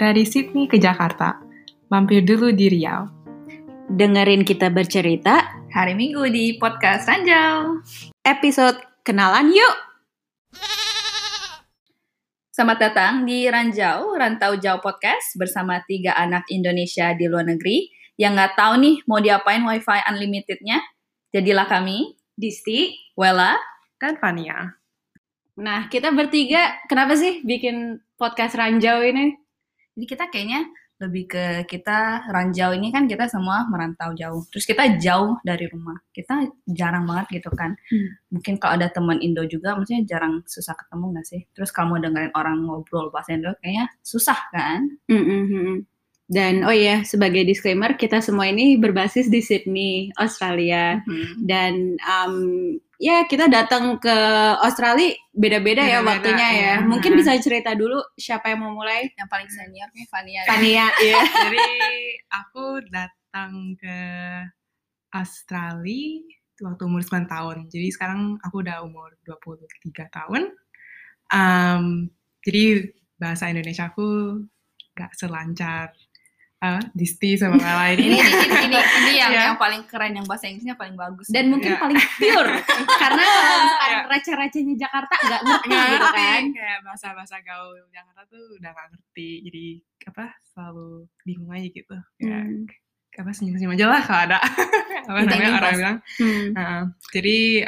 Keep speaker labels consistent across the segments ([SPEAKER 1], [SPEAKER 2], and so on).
[SPEAKER 1] Dari Sydney ke Jakarta, mampir dulu di Riau.
[SPEAKER 2] Dengerin kita bercerita
[SPEAKER 3] hari Minggu di Podcast Ranjau.
[SPEAKER 2] Episode Kenalan Yuk!
[SPEAKER 3] Selamat datang di Ranjau, Rantau Jauh Podcast bersama 3 anak Indonesia di luar negeri yang nggak tahu nih mau diapain wifi unlimitednya. Jadilah kami, Disti, Wella,
[SPEAKER 1] Dan Fania.
[SPEAKER 2] Nah, kita bertiga kenapa sih bikin podcast Ranjau ini?
[SPEAKER 3] Jadi kita kayaknya lebih ke kita Ranjau ini kan kita semua merantau jauh. Terus kita jauh dari rumah. Kita jarang banget gitu kan. Mungkin kalau ada teman Indo juga maksudnya jarang susah ketemu gak sih? Terus kalau mau dengerin orang ngobrol bahasa Indo kayaknya susah kan?
[SPEAKER 2] Dan oh iya, sebagai disclaimer, kita semua ini berbasis di Sydney, Australia. Dan ya kita datang ke Australia beda-beda ya waktunya ya. Mungkin bisa cerita dulu siapa yang mau mulai?
[SPEAKER 3] Yang paling senior nih Fania.
[SPEAKER 2] Fania, iya.
[SPEAKER 1] Jadi aku datang ke Australia waktu umur 9 tahun. Jadi sekarang aku udah umur 23 tahun. Jadi bahasa Indonesia aku gak selancar Disti sama lain.
[SPEAKER 3] Ini yang paling keren, yang bahasa Inggrisnya paling bagus.
[SPEAKER 2] Dan mungkin paling pure. Karena kalau misalkan receh-recehnya Jakarta nggak ngerti gitu kan.
[SPEAKER 1] Kayak bahasa-bahasa gaul Jakarta tuh udah gak ngerti. Jadi selalu bingung aja gitu. Kayak senyum-senyum aja lah kalau ada orang bilang. Jadi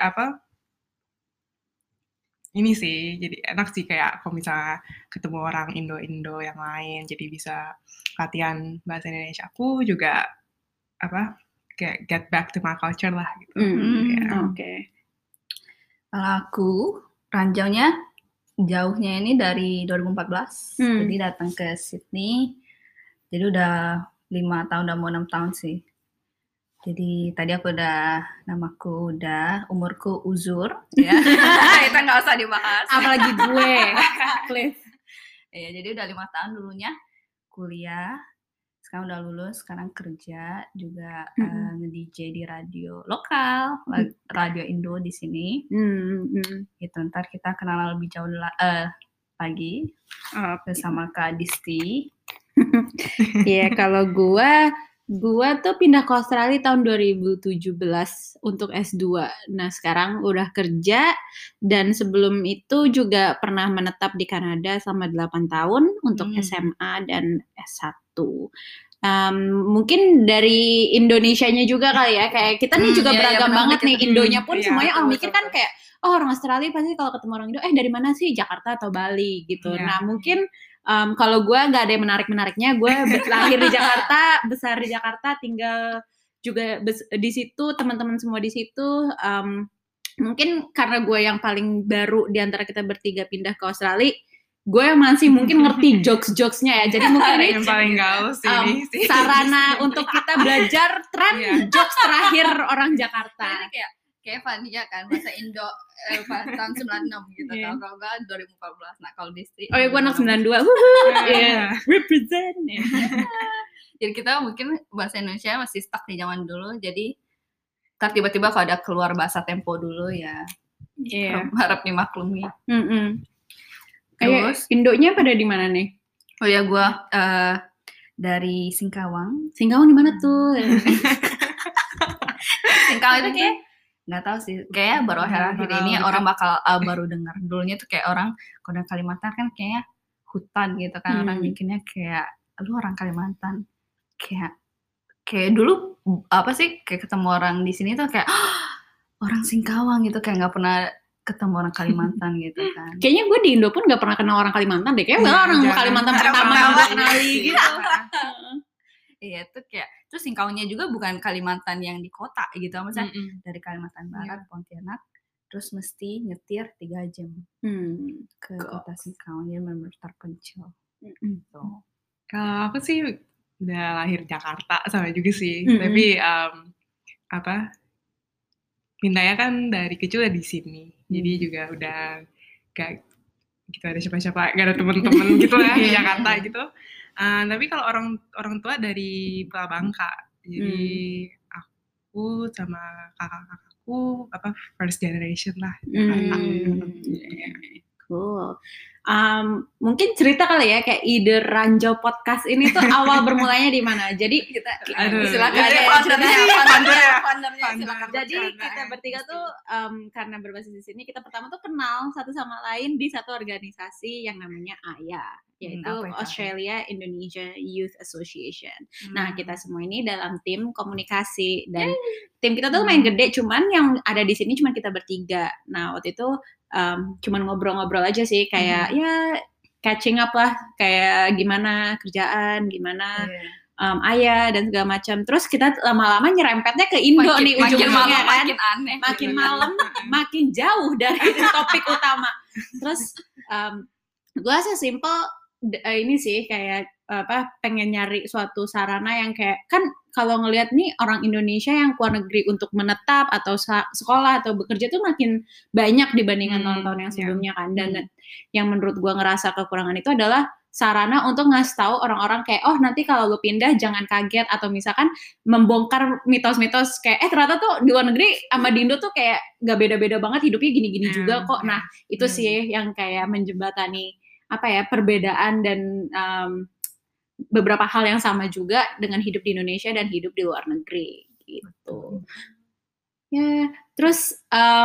[SPEAKER 1] ini sih, jadi enak sih kayak kalau misalnya ketemu orang Indo-Indo yang lain, jadi bisa latihan bahasa Indonesia. Aku juga kayak get back to my culture lah gitu.
[SPEAKER 2] Oke.
[SPEAKER 3] Kalau aku ranjaunya jauhnya ini dari 2014, jadi datang ke Sydney. Jadi udah 5 tahun, udah mau 6 tahun sih. Jadi tadi aku namaku udah, umurku uzur, ya. Itu nggak usah dibahas.
[SPEAKER 2] Apalagi gue, please.
[SPEAKER 3] Ya, jadi udah 5 tahun dulunya kuliah, sekarang udah lulus, sekarang kerja juga nge-DJ di radio lokal, radio Indo di sini. Gitu, ntar kita kenalan lebih jauh lagi bersama Kak Disti.
[SPEAKER 2] Iya, kalau gue tuh pindah ke Australia tahun 2017 untuk S2. Nah, sekarang udah kerja dan sebelum itu juga pernah menetap di Kanada selama 8 tahun untuk SMA dan S1. Mungkin dari Indonesianya juga kali ya, kayak kita nih juga beragam banget nih. Indonya pun semuanya orang mikir kan kayak, orang Australia pasti kalau ketemu orang Indo, dari mana sih? Jakarta atau Bali gitu. Nah, mungkin kalau gue nggak ada yang menarik-menariknya, gue lahir di Jakarta, besar di Jakarta, tinggal juga di situ, teman-teman semua di situ. Mungkin karena gue yang paling baru di antara kita bertiga pindah ke Australia, gue masih mungkin ngerti jokes-jokesnya ya. Jadi mungkin ini
[SPEAKER 1] yang paling gaul sih.
[SPEAKER 2] Sarana untuk kita belajar tren jokes terakhir orang Jakarta.
[SPEAKER 3] Kayak Fania kan, bahasa Indo tahun 96 gitu. Kalau gue 2014. Nah, kalau Disti...
[SPEAKER 2] Oh ya, gue anak 92. Represent.
[SPEAKER 3] Jadi kita mungkin bahasa Indonesia masih stuck di zaman dulu. Jadi, ntar tiba-tiba kalau ada keluar bahasa tempo dulu ya, harap dimaklumi.
[SPEAKER 2] Terus, Indonya pada di mana nih?
[SPEAKER 3] Oh ya, gue dari Singkawang.
[SPEAKER 2] Singkawang di mana tuh?
[SPEAKER 3] Singkawang itu kayak nggak tahu sih, kayak baru akhir-akhir ini orang bakal baru dengar. Dulunya tuh kayak orang kalau dari Kalimantan kan kayaknya hutan gitu kan, orang bikinnya kayak lu orang Kalimantan, kayak dulu kayak ketemu orang di sini tuh kayak orang Singkawang gitu, kayak nggak pernah ketemu orang Kalimantan gitu kan.
[SPEAKER 2] Kayaknya gue di Indo pun nggak pernah kenal orang Kalimantan deh, kayaknya orang Kalimantan pertama yang gue kenali gitu.
[SPEAKER 3] Iya, itu kayak terus Singkawangnya juga bukan Kalimantan yang di kota gitu, maksudnya dari Kalimantan Barat, Pontianak, terus mesti nyetir 3 jam ke kota Singkawang, yang benar terpencil.
[SPEAKER 1] Kalau aku sih udah lahir Jakarta sama juga sih, tapi pindahnya kan dari kecil di sini, jadi juga udah gak gitu ada siapa-siapa, gak ada teman-teman gitu lah di Jakarta gitu. Tapi kalau orang tua dari Pulau Bangka, jadi aku sama kakak-kakakku first generation lah.
[SPEAKER 2] Cool. mungkin cerita kali ya kayak ide Ranjau Podcast ini tuh awal bermulanya di mana. Jadi
[SPEAKER 3] kita
[SPEAKER 1] silakan
[SPEAKER 3] foundernya silakan.
[SPEAKER 2] Jadi kita bertiga tuh karena berbasis di sini kita pertama tuh kenal satu sama lain di satu organisasi yang namanya AYA, yaitu Australia Indonesia Youth Association. Nah, kita semua ini dalam tim komunikasi dan tim kita tuh main gede, cuman yang ada di sini cuman kita bertiga. Nah, waktu itu cuman ngobrol-ngobrol aja sih kayak ya catching up lah, kayak gimana kerjaan, gimana ayah dan segala macam. Terus kita lama-lama nyerempetnya ke Indo nih ujung-ujungnya kan.
[SPEAKER 3] Makin aneh.
[SPEAKER 2] Makin malam, makin jauh dari topik utama. Terus gue sesimpel ini sih kayak pengen nyari suatu sarana yang kayak kan kalau ngelihat nih orang Indonesia yang keluar negeri untuk menetap atau sekolah atau bekerja tuh makin banyak dibandingkan tahun-tahun yang sebelumnya kan. Dan yang menurut gue ngerasa kekurangan itu adalah sarana untuk ngasih tahu orang-orang kayak nanti kalau lu pindah jangan kaget, atau misalkan membongkar mitos-mitos kayak ternyata tuh di luar negeri sama di Indo tuh kayak gak beda-beda banget hidupnya, gini-gini juga kok. Nah itu sih yang kayak menjembatani perbedaan dan beberapa hal yang sama juga dengan hidup di Indonesia dan hidup di luar negeri gitu. Ya, terus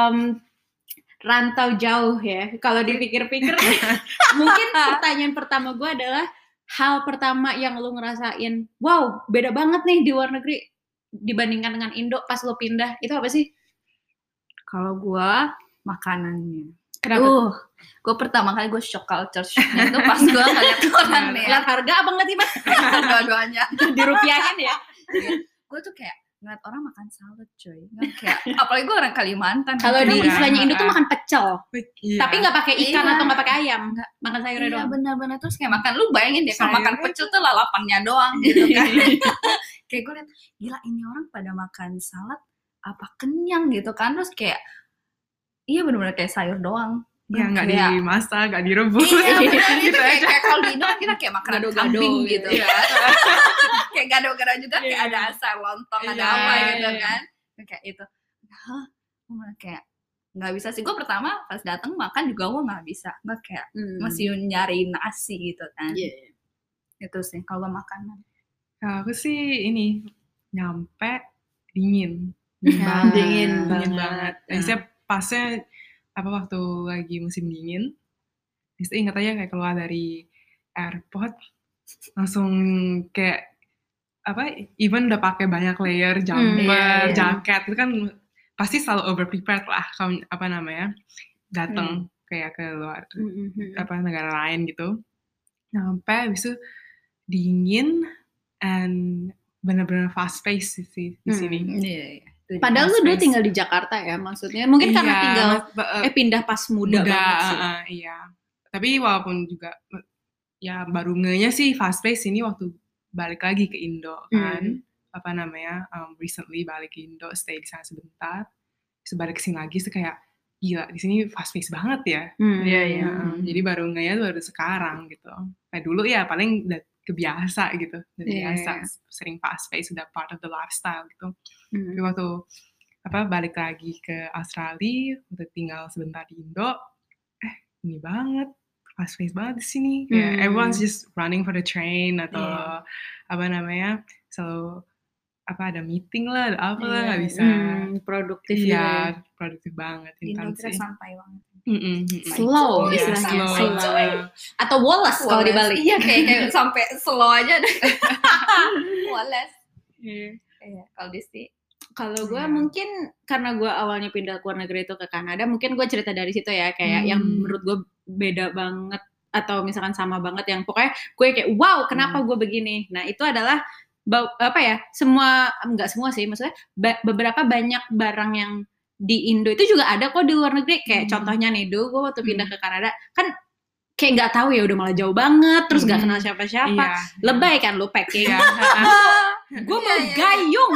[SPEAKER 2] rantau jauh ya. Kalau dipikir-pikir mungkin pertanyaan pertama gue adalah hal pertama yang lu ngerasain, wow, beda banget nih di luar negeri dibandingkan dengan Indo pas lu pindah, itu apa sih?
[SPEAKER 3] Kalau gue makanannya.
[SPEAKER 2] Kenapa?
[SPEAKER 3] Gue pertama kali gue shock culture shocknya itu pas gue ngeliat orang nih.
[SPEAKER 2] Lihat harga apa nggak tiba?
[SPEAKER 3] Dua-duanya
[SPEAKER 2] dirupiahin ya.
[SPEAKER 3] Gue tuh kayak ngeliat orang makan salad coy. Kayak apalagi gue orang Kalimantan.
[SPEAKER 2] Kalau di istilahnya Indo tuh makan pecel. Tapi nggak pakai ikan atau nggak pakai ayam. Makan sayurnya doang.
[SPEAKER 3] Iya benar-benar. Terus kayak makan, lu bayangin deh kalau makan pecel tuh lalapannya doang gitu kan. Kayak gue liat, gila ini orang pada makan salad apa kenyang gitu kan. Terus kayak iya benar-benar kayak sayur doang.
[SPEAKER 1] Ya nggak dimasak, nggak direbus.
[SPEAKER 3] Iya benar gitu. Kayak kalau di Indo kita kayak makan kambing gitu ya. Kayak gado-gado juga kayak ada asal lontong, ada apa gitu kan. Kayak itu. Kayak nggak bisa sih. Gue pertama pas datang makan juga gue nggak bisa. Gue kayak masih nyari nasi gitu kan. Itu sih kalau makanan.
[SPEAKER 1] Kalau aku sih ini nyampe dingin banget. Biasanya pasnya waktu lagi musim dingin, bisa ingat aja kayak keluar dari airport langsung kayak even udah pakai banyak layer, jumper, jaket, itu kan pasti selalu over prepared lah kalau datang kayak ke luar negara lain gitu. Sampai habis itu dingin and benar-benar fast pace sih di sini.
[SPEAKER 2] Padahal lu dulu tinggal di Jakarta ya, maksudnya mungkin karena tinggal pindah pas muda banget sih.
[SPEAKER 1] Iya. Tapi walaupun juga ya baru ngenya sih fast pace ini waktu balik lagi ke Indo kan. Recently balik ke Indo, stay di sana sebentar. Terus balik ke sini lagi tuh kayak gila, di sini fast pace banget ya. Jadi baru ngenya tuh baru sekarang gitu. Kayak dulu ya paling udah kebiasa gitu, sering fast pace, udah part of the lifestyle gitu. Tapi waktu balik lagi ke Australia, udah tinggal sebentar di Indo, ini banget, fast pace banget di sini. Everyone's just running for the train atau selalu ada meeting lah, nggak bisa
[SPEAKER 2] produktif
[SPEAKER 1] produktif banget.
[SPEAKER 3] Di Indo kita santai banget.
[SPEAKER 2] Slow istilahnya, slow. Atau woles kalau dibalik.
[SPEAKER 3] Iya kayak sampai slow aja deh. Woles. Kalau Disti,
[SPEAKER 2] kalau gue mungkin karena gue awalnya pindah ke luar negeri itu ke Kanada, mungkin gue cerita dari situ ya, kayak yang menurut gue beda banget atau misalkan sama banget, yang pokoknya gue kayak wow kenapa gue begini. Nah itu adalah nggak semua sih, maksudnya beberapa banyak barang yang di Indo itu juga ada kok di luar negeri. Kayak contohnya nih, dulu gue waktu pindah ke Kanada kan kayak nggak tahu ya, udah malah jauh banget, terus nggak kenal siapa-siapa, lebay kan lu packing. Gue mau gayung,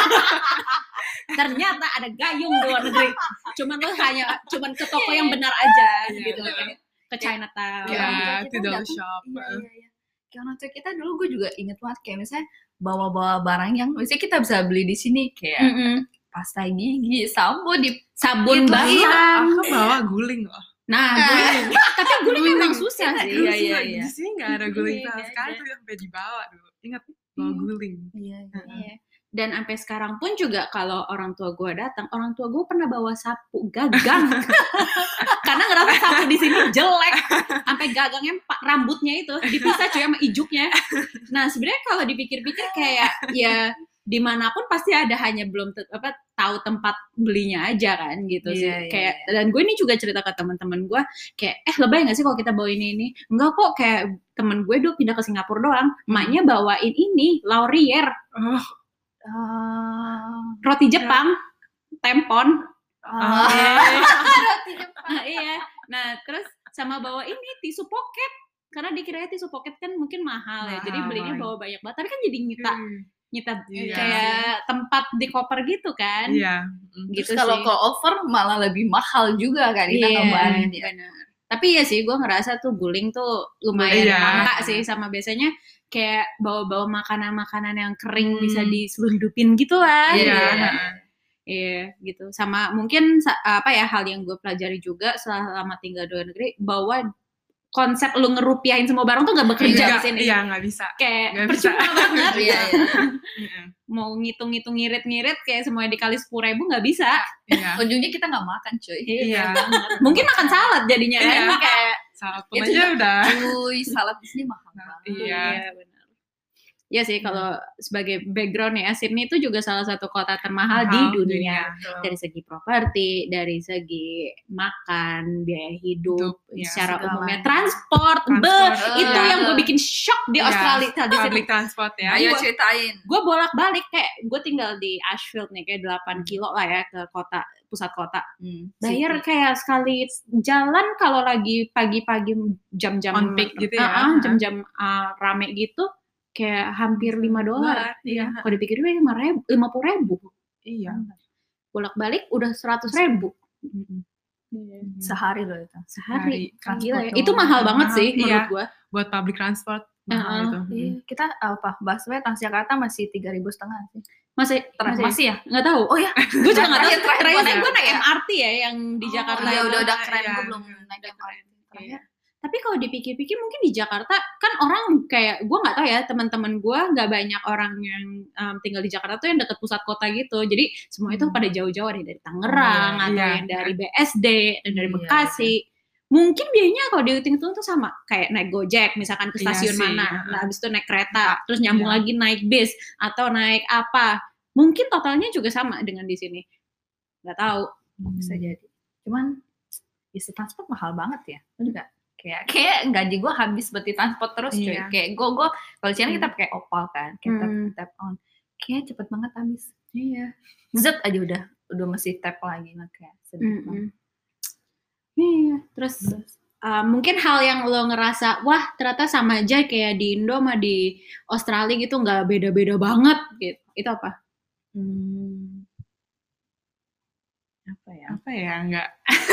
[SPEAKER 2] ternyata ada gayung di luar negeri. Cuman ke toko yang benar aja gitu, ke Chinatown,
[SPEAKER 1] to the shop.
[SPEAKER 3] Kayak waktu kita dulu gue juga inget banget kayak misalnya bawa-bawa barang yang misalnya kita bisa beli di sini kayak pasta gigi, sabun
[SPEAKER 2] basah.
[SPEAKER 1] Aku bawa guling loh.
[SPEAKER 2] Nah, guling. Tapi guling memang susah sih.
[SPEAKER 1] Iya. Di sini nggak ada guling sama sekali tuh sampai dibawa dulu. Ingat bawa guling.
[SPEAKER 2] Iya. Dan sampai sekarang pun juga kalau orang tua gue datang, orang tua gue pernah bawa sapu gagang. Karena ngerasa sapu di sini jelek. Sampai gagangnya rambutnya itu dipisah cuy sama ijuknya. Nah, sebenarnya kalau dipikir-pikir kayak ya dimanapun pasti ada, hanya belum tahu tempat belinya aja kan gitu sih. Kayak dan gue ini juga cerita ke teman-teman gue kayak lebay nggak sih kalau kita bawa ini? Enggak kok, kayak temen gue dulu pindah ke Singapura doang, emaknya bawain ini Laurier. Roti Jepang, tempon. Roti Jepang. Iya. Nah, terus sama bawa ini tisu pocket, karena dikiranya tisu pocket kan mungkin mahal ya. Jadi belinya bawa banyak banget. Tapi kan jadi nyita kayak tempat di koper gitu kan.
[SPEAKER 3] Iya. Gitu. Kalau over malah lebih mahal juga kan kita ngebawain.
[SPEAKER 2] Benar. Tapi ya sih gue ngerasa tuh guling tuh lumayan langka sih, sama biasanya kayak bawa-bawa makanan-makanan yang kering bisa diselundupin gitu lah. Iya gitu. Sama mungkin hal yang gue pelajari juga selama tinggal di luar negeri, bahwa konsep lu ngerupiahin semua barang tuh gak bekerja di sini.
[SPEAKER 1] Iya, gak bisa.
[SPEAKER 2] Kayak percuma banget. Mau ngitung-ngitung ngirit-ngirit kayak semuanya dikali 10.000 gak bisa.
[SPEAKER 3] Ujungnya kita gak makan cuy.
[SPEAKER 2] Iya. Mungkin makan salad jadinya kan. Kayak
[SPEAKER 1] salad pun aja udah.
[SPEAKER 3] Cuy, salad di sini mahal banget.
[SPEAKER 2] Iya, benar. Ya sih, kalau sebagai background ya, Sydney itu juga salah satu kota termahal di dunia. Dari segi properti, dari segi makan, biaya hidup secara umumnya, transport. Itu yang gue bikin shock di Australia.
[SPEAKER 1] Public transport ya.
[SPEAKER 3] Ayo ceritain.
[SPEAKER 2] Gue bolak-balik, kayak gue tinggal di Ashfield nih, kayak 8 kilo lah ya ke kota, pusat kota. Bayar kayak sekali jalan kalau lagi pagi-pagi jam-jam
[SPEAKER 1] on peak gitu ya.
[SPEAKER 2] Jam-jam rame gitu, kayak hampir $5. Iya. Kalau dipikir-pikir $50,000.
[SPEAKER 1] Iya.
[SPEAKER 2] Bolak-balik udah $100,000.
[SPEAKER 3] Sehari loh itu.
[SPEAKER 2] Sehari. Gila ya. Itu mahal banget sih menurut gue.
[SPEAKER 1] Buat public transport mahal itu.
[SPEAKER 3] Kita busway Transjakarta masih 3.500 sih.
[SPEAKER 2] Masih
[SPEAKER 3] ya?
[SPEAKER 2] Nggak tahu.
[SPEAKER 3] Oh ya.
[SPEAKER 2] Gue juga nggak tahu. Terakhir gue naik MRT ya yang di Jakarta.
[SPEAKER 3] Iya udah keren. Gue belum naik MRT.
[SPEAKER 2] Tapi kalau dipikir-pikir mungkin di Jakarta kan orang kayak, gue nggak tahu ya, teman-teman gue nggak banyak orang yang tinggal di Jakarta tuh yang dekat pusat kota gitu. Jadi semua itu pada jauh-jauh, ada dari Tangerang atau yang dari BSD dan dari Bekasi. Mungkin biayanya kalau dihitung tuh sama kayak naik Gojek misalkan ke stasiun mana, nah habis itu naik kereta, terus nyambung lagi naik bis atau naik apa. Mungkin totalnya juga sama dengan di sini. Nggak tahu.
[SPEAKER 3] Bisa jadi. Cuman isi transport mahal banget ya. Juga kayak gaji gue habis buat di transport terus cuy. Kayak gue kalau di sini kita pakai Opal kan, kita tap on, kayak cepet banget habis. Zet aja udah mesti tap lagi, kayak sedih banget.
[SPEAKER 2] Terus mungkin hal yang lo ngerasa wah ternyata sama aja kayak di Indo sama di Australia gitu, nggak beda-beda banget gitu, itu apa?
[SPEAKER 1] Apa ya nggak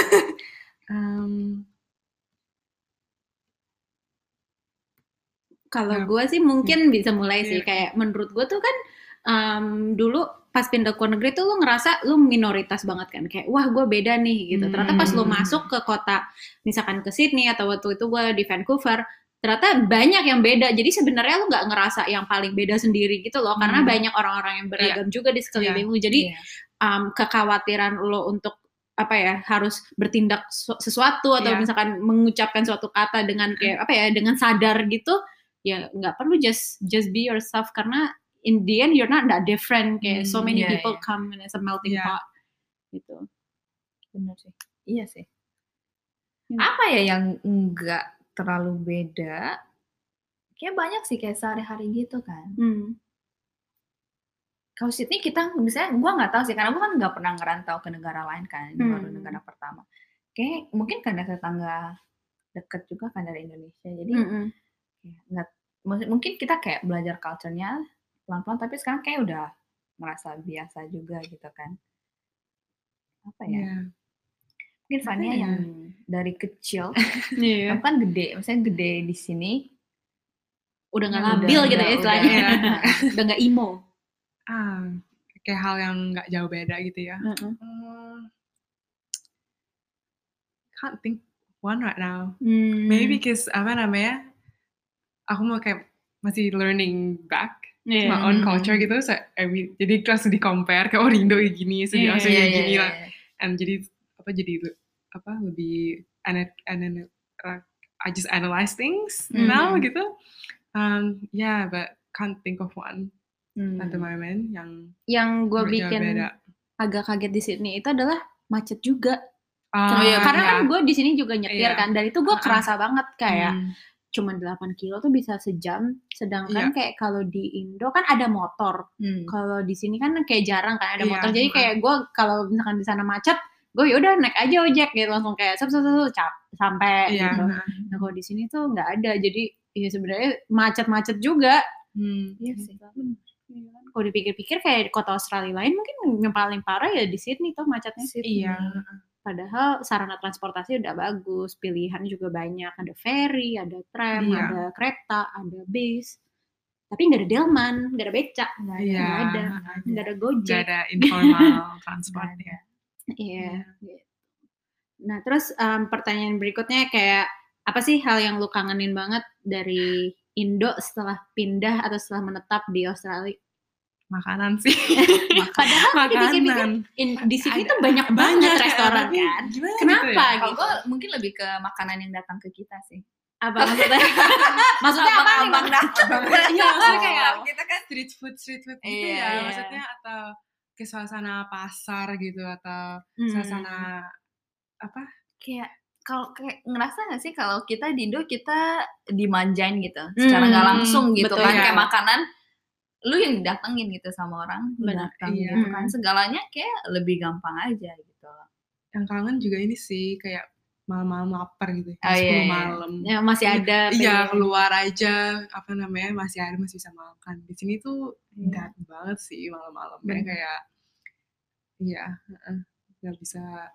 [SPEAKER 2] Kalau gue sih mungkin bisa mulai sih, kayak menurut gue tuh kan dulu pas pindah ke luar negeri tuh lo ngerasa lo minoritas banget kan, kayak wah gue beda nih gitu. Ternyata pas lo masuk ke kota, misalkan ke Sydney atau waktu itu gue di Vancouver, ternyata banyak yang beda. Jadi sebenarnya lo nggak ngerasa yang paling beda sendiri gitu loh, karena banyak orang-orang yang beragam juga di sekeliling lo. Jadi kekhawatiran lo untuk harus bertindak sesuatu atau misalkan mengucapkan suatu kata dengan kayak dengan sadar gitu, ya nggak perlu, just be yourself, karena in the end you're not that different, kayak so many people come in as a melting pot gitu.
[SPEAKER 3] Benar sih. Iya sih. Apa ya yang nggak terlalu beda? Kayak banyak sih, kayak sehari-hari gitu kan. Kalau Sydney kita misalnya, gue nggak tahu sih, karena gue kan nggak pernah ngerantau ke negara lain kan, ini baru negara pertama. Kayak mungkin karena tetangga deket juga kan dari Indonesia, jadi nggak, mungkin kita kayak belajar culture-nya pelan-pelan, tapi sekarang kayak udah merasa biasa juga gitu kan. Apa ya? Mungkin Fania yang dari kecil, kan gede, misalnya gede di sini,
[SPEAKER 2] udah nggak labil gitu ya istilahnya, udah nggak emo.
[SPEAKER 1] Kayak hal yang nggak jauh beda gitu ya. Can't think one right now. Maybe because apa namanya, aku mau kayak masih learning back my own culture gitu. So, jadi kelas di compare kayak di Indo kayak gini, di Australia kayak gini lah. And jadi lebih I just analyze things now gitu. But can't think of one at the moment
[SPEAKER 2] yang gue bikin agak kaget di Sydney itu adalah macet juga. Karena kan gue di sini juga nyetir kan, dan itu gue kerasa banget kayak cuma 8 kilo tuh bisa sejam, sedangkan kayak kalau di Indo kan ada motor, kalau di sini kan kayak jarang kan ada motor, jadi kayak gue kalau misalkan di sana macet, gue yaudah naik aja ojek gitu, langsung kayak sampai gitu. Nah kalau di sini tuh nggak ada, jadi ya sebenarnya macet-macet juga. Iya sih. Kalau dipikir-pikir kayak kota Australia lain mungkin yang paling parah ya di Sydney tuh macetnya.
[SPEAKER 1] Iya.
[SPEAKER 2] Padahal sarana transportasi udah bagus, pilihan juga banyak, ada ferry, ada tram, ada kereta, ada bis. Tapi nggak ada delman, nggak ada becak, nggak ada gojek,
[SPEAKER 1] nggak ada informal transport ya.
[SPEAKER 2] Iya. Nah terus pertanyaan berikutnya kayak apa sih hal yang lu kangenin banget dari Indo setelah pindah atau setelah menetap di Australia?
[SPEAKER 1] Makanan sih.
[SPEAKER 2] Padahal dipikir-pikir di sini tuh banyak banget restoran kan. Kenapa
[SPEAKER 3] gitu? Kalau gue mungkin lebih ke makanan yang datang ke kita sih.
[SPEAKER 2] Apa maksudnya? Maksudnya apa nih?
[SPEAKER 1] Iya, kayak kita kan street food gitu ya. Maksudnya atau ke suasana pasar gitu atau suasana apa?
[SPEAKER 3] Kayak kalau kayak ngerasa nggak sih kalau kita di Indo kita dimanjain gitu, secara nggak langsung gitu kan, kayak makanan lu yang didatengin gitu sama orang, datang gitu kan, segalanya kayak lebih gampang aja gitu.
[SPEAKER 1] Yang kangen juga ini sih kayak malam-malam lapar gitu, 10 malam.
[SPEAKER 2] Ya masih ada.
[SPEAKER 1] Iya keluar aja masih bisa makan. Di sini tuh dat banget sih malam-malam. Kayak nggak bisa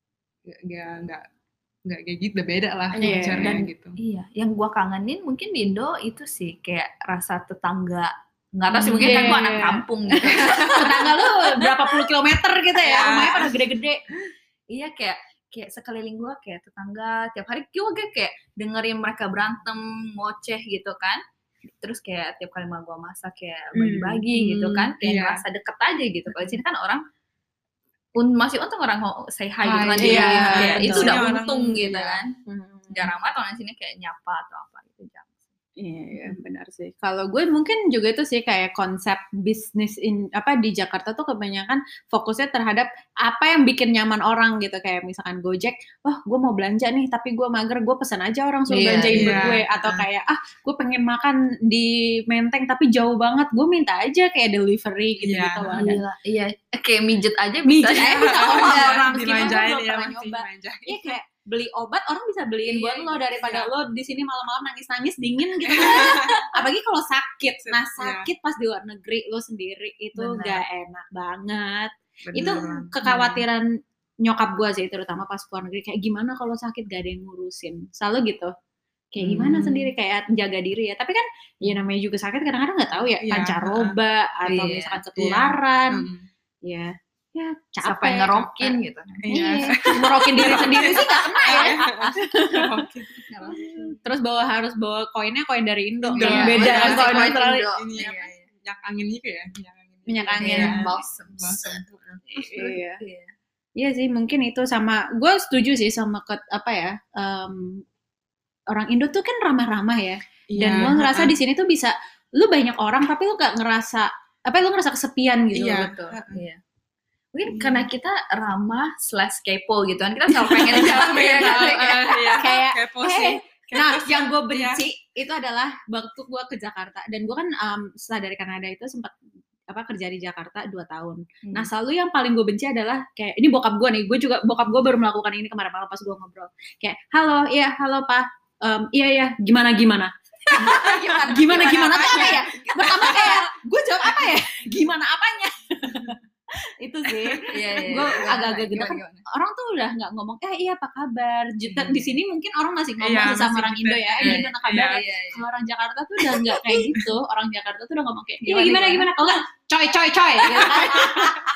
[SPEAKER 1] nggak kayak gitu, beda lah caranya gitu.
[SPEAKER 3] Iya, yang gua kangenin mungkin di Indo itu sih kayak rasa tetangga. Nggak tahu sih, mungkin kan gua anak kampung gitu.
[SPEAKER 2] Tetangga lu berapa puluh kilometer gitu ya, rumahnya pada gede-gede.
[SPEAKER 3] Iya, kayak sekeliling gua kayak tetangga, tiap hari juga kayak dengerin mereka berantem, ngoceh gitu kan. Terus kayak tiap kali gua masak kayak bagi-bagi gitu kan, kayak ngerasa deket aja gitu. Kalau di sini kan orang masih untung orang mau say hi gitu kan, kayak itu udah untung gitu kan. Jarang banget orang di sini kayak nyapa atau apa gitu, jarang.
[SPEAKER 2] Iya, benar sih. Kalau gue mungkin juga itu sih kayak konsep bisnis di Jakarta tuh kebanyakan fokusnya terhadap apa yang bikin nyaman orang gitu. Kayak misalkan Gojek, gue mau belanja nih tapi gue mager, gue pesan aja orang suruh belanjain buat gue. Atau kayak gue pengen makan di Menteng tapi jauh banget, gue minta aja kayak delivery gitu-gitu loh.
[SPEAKER 3] Iya, kayak mijet aja bisa
[SPEAKER 2] orang meskipun gue belum
[SPEAKER 1] pernah
[SPEAKER 2] nyoba. Iya kayak beli obat orang bisa beliin buat lo daripada lo di sini malam-malam nangis-nangis dingin gitu. Apalagi kalau sakit. Nah, sakit pas di luar negeri lo sendiri itu gak enak banget. Itu kekhawatiran nyokap gue sih, terutama pas luar negeri, kayak gimana kalau sakit gak ada yang ngurusin. Selalu gitu. Kayak gimana sendiri, kayak jaga diri ya. Tapi kan ya namanya juga sakit kadang-kadang gak tahu ya, pancaroba atau misalkan ketularan. Ya
[SPEAKER 3] capek yang ngerokin gitu.
[SPEAKER 2] Iya, ngerokin diri sendiri sih gak kena ya. Terus harus bawa koin dari Indo. Beda kan koin Australia.
[SPEAKER 1] Minyak angin gitu ya.
[SPEAKER 2] Minyak angin. Balsam. Iya sih, mungkin itu sama. Gue setuju sih sama orang Indo tuh kan ramah-ramah ya. Dan gue ngerasa di sini tuh bisa, lu banyak orang tapi lu gak ngerasa, lu ngerasa kesepian gitu.
[SPEAKER 3] Iya, betul. Iya. Mungkin karena kita ramah / kepo gitu kan, kita selalu pengen
[SPEAKER 2] kayak kepo sih. Nah, yang gue benci itu adalah waktu gue ke Jakarta, dan gue kan setelah dari Kanada itu sempat kerja di Jakarta 2 tahun. Nah, selalu yang paling gue benci adalah kayak ini bokap gue nih, bokap gue baru melakukan ini kemarin malam pas gue ngobrol. Kayak, halo Pak, iya gimana gimana tuh apa ya? Pertama kayak gue jawab apa ya? Gimana apanya? Itu sih, gue agak-agak gitu kan. Orang tuh udah nggak ngomong iya apa kabar. Di sini mungkin orang masih ngomong sama orang Indo ya, gimana kabar. Kalau orang Jakarta tuh udah nggak kayak gitu. Orang Jakarta tuh udah ngomong kayak gimana. Kalau nggak coy gitu kan.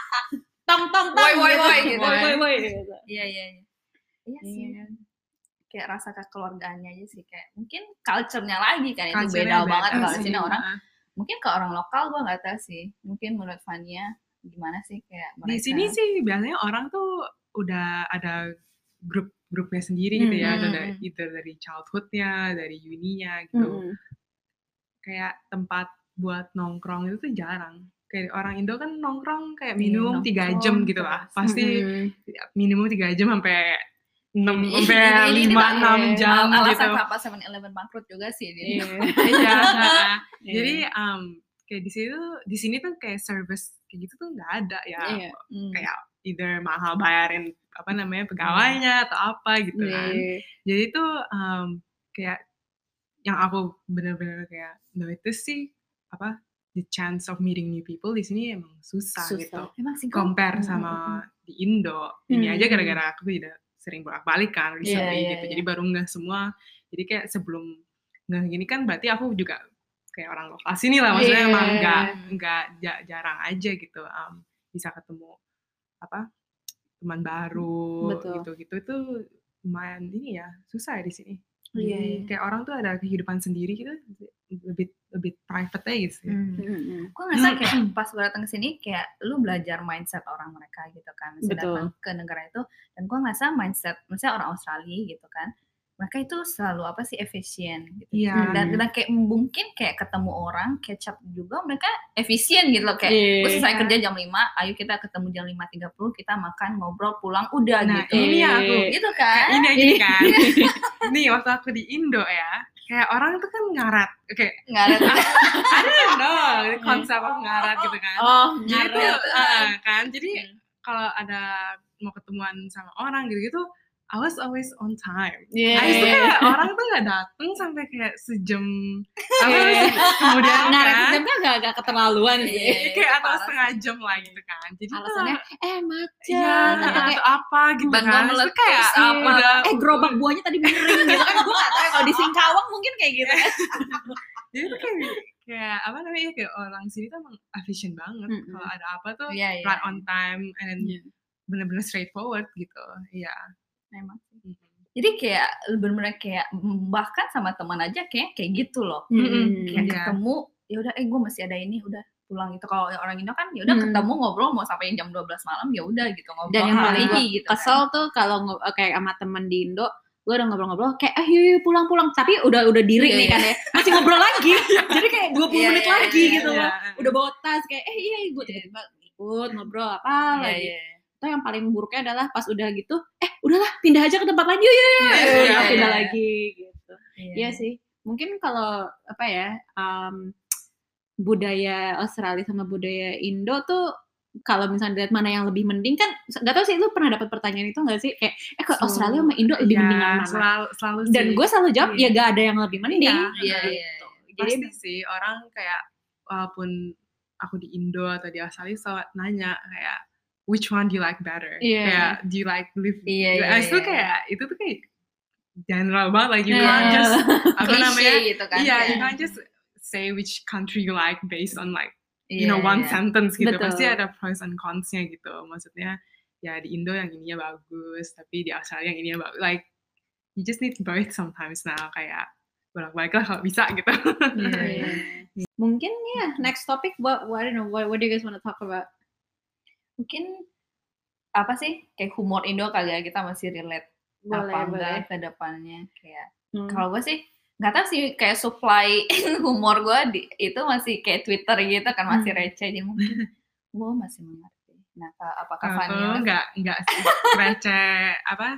[SPEAKER 2] tong
[SPEAKER 3] woi gitu.
[SPEAKER 2] Woi.
[SPEAKER 3] Iya sih. kayak rasa kekeluargaannya aja sih, kayak mungkin culture-nya lagi kan itu beda banget kalau di sini orang. Mungkin ke orang lokal gue nggak tahu sih. Mungkin menurut Fania gimana sih kayak mereka?
[SPEAKER 1] Di sini sih biasanya orang tuh udah ada grupnya sendiri gitu ya, ada dari childhood-nya, dari uni-nya gitu. Kayak tempat buat nongkrong itu tuh jarang. Kayak orang Indo kan nongkrong kayak minimum 3 jam gitu lah. Pasti minimum 3 jam sampai 5-6 jam gitu.
[SPEAKER 3] Alasan kenapa 7-Eleven bangkrut juga sih dia.
[SPEAKER 1] Iya. Jadi kayak di sini tuh kayak service kayak gitu tuh nggak ada ya. Kayak either mahal bayarin pegawainya atau apa gitu kan. Jadi tuh kayak yang aku bener-bener kayak notice sih the chance of meeting new people di sini emang susah. Gitu. Compare sama di Indo. Ini aja gara-gara aku tidak sering bolak-balik kan recently gitu. Jadi baru nggak semua. Jadi kayak sebelum nggak gini kan berarti aku juga kayak orang lokal sini lah, maksudnya emang nggak jarang aja gitu bisa ketemu teman baru gitu itu lumayan ini ya susah ya di sini. Jadi kayak orang tuh ada kehidupan sendiri gitu, lebih private aja gitu.
[SPEAKER 3] Gue ngerasa kayak pas gue datang ke sini kayak lu belajar mindset orang mereka gitu kan, misalnya datang ke negara itu, dan gue ngerasa mindset misalnya orang Australia gitu kan, mereka itu selalu efisien gitu. Dan kayak mungkin kayak ketemu orang catch up juga mereka efisien gitu loh, kayak gue selesai kerja jam 5, ayo kita ketemu jam 5.30, kita makan ngobrol pulang udah gitu.
[SPEAKER 1] Ini aku
[SPEAKER 3] gitu kan.
[SPEAKER 1] Ini aja kan. Nih waktu aku di Indo ya, kayak orang tuh kan ngarat.
[SPEAKER 3] Ngarat.
[SPEAKER 1] Ada konsep ngarat gitu kan.
[SPEAKER 3] Ngarat.
[SPEAKER 1] Kan. Jadi kalau ada mau ketemuan sama orang gitu-gitu, I was always on time. Habis itu kayak orang tuh nggak dateng sampai kayak sejam. Kemudian
[SPEAKER 2] ngaret kan nggak keterlaluan sih.
[SPEAKER 1] Kayak atau setengah jam lah gitu kan. Jadi
[SPEAKER 2] alasannya macet
[SPEAKER 1] atau apa gitu kan.
[SPEAKER 3] Terus
[SPEAKER 1] kayak udah
[SPEAKER 2] gerobak buahnya tadi miring gitu kan. Gue nggak tahu kalau di Singkawang mungkin kayak gitu.
[SPEAKER 1] Jadi tuh kayak kayak orang sini tuh emang efisien banget. Kalau ada apa tuh right on time and then bener-bener straightforward gitu. Iya.
[SPEAKER 3] Memang sih. Jadi kayak bener-bener kayak bahkan sama teman aja kayak gitu loh. Kayak ketemu ya udah gue masih ada ini udah pulang gitu. Kalau orang Indo kan ya udah ketemu ngobrol mau sampai jam 12 malam ya udah gitu ngobrol.
[SPEAKER 2] Dan yang paling gue
[SPEAKER 3] gitu
[SPEAKER 2] kesel tuh kalau kayak sama temen di Indo, gue udah ngobrol-ngobrol kayak yuk pulang tapi udah diri nih kan ya masih ngobrol lagi. Jadi kayak 20 menit lagi gitu loh. Udah bawa tas kayak gue tiba-tiba ikut ngobrol apa lagi. Itu yang paling buruknya adalah pas udah gitu udahlah pindah aja ke tempat lain yuk pindah lagi gitu. Iya sih, mungkin kalau budaya Australia sama budaya Indo tuh kalau misalnya lihat mana yang lebih mending kan nggak tahu sih, lu pernah dapat pertanyaan itu nggak sih kayak ke Australia sama Indo lebih mending mana?
[SPEAKER 1] Selalu
[SPEAKER 2] dan gue selalu jawab ya gak ada yang lebih mending.
[SPEAKER 1] Gitu. Jadi sih orang kayak walaupun aku di Indo atau di Australia selalu nanya kayak which one do you like better? Kayak do you like live? Itu kayak itu tuh kayak general banget, like you can't just
[SPEAKER 3] gitu kan.
[SPEAKER 1] You can't just say which country you like based on like one sentence gitu.
[SPEAKER 2] Betul.
[SPEAKER 1] Pasti ada pros and cons-nya gitu. Maksudnya ya di Indo yang ininya bagus, tapi di Australia yang ininya bagus. Like you just need both sometimes now, kayak bolak-balik lah kalau bisa gitu.
[SPEAKER 2] Mungkin next topic what do you guys want to talk about?
[SPEAKER 3] Mungkin apa sih kayak humor Indo kali ya, kita masih relate boleh. Ke depannya kayak kalau gue sih nggak tahu sih kayak supply humor gue itu masih kayak Twitter gitu kan, masih receh, jadi mungkin gue masih mengerti. Nah apakah Fania
[SPEAKER 1] nggak receh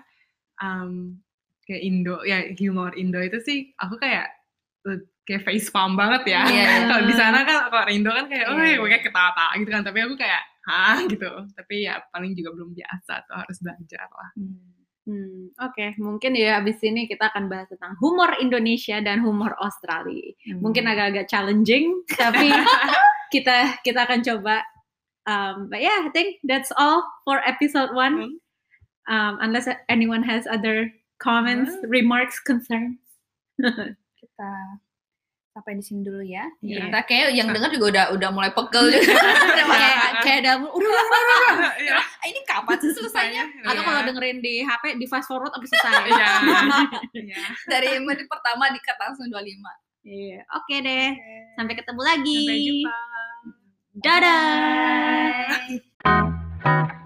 [SPEAKER 1] kayak Indo ya, humor Indo itu sih aku kayak face palm banget ya. Kalau di sana kan kalau Indo kan kayak kayak ketawa-tawa gitu kan, tapi aku kayak gitu. Tapi ya paling juga belum biasa atau harus belajar lah.
[SPEAKER 2] Oke, mungkin ya abis ini kita akan bahas tentang humor Indonesia dan humor Australia. Mungkin agak-agak challenging, tapi kita akan coba. But yeah, I think that's all for episode 1. Unless anyone has other comments, remarks, concerns.
[SPEAKER 3] Kita sampai di sini dulu ya.
[SPEAKER 2] Iya.
[SPEAKER 3] Kita kayak yang denger juga udah mulai pegel juga.
[SPEAKER 2] kayak dalam udah.
[SPEAKER 3] Ini kapan sih selesainya?
[SPEAKER 2] Atau kalau dengerin di HP di fast forward abis selesai.
[SPEAKER 1] Iya.
[SPEAKER 3] Dari menit pertama dikat langsung 25.
[SPEAKER 2] Iya, oke deh. Sampai ketemu lagi.
[SPEAKER 1] Sampai jumpa.
[SPEAKER 2] Dadah.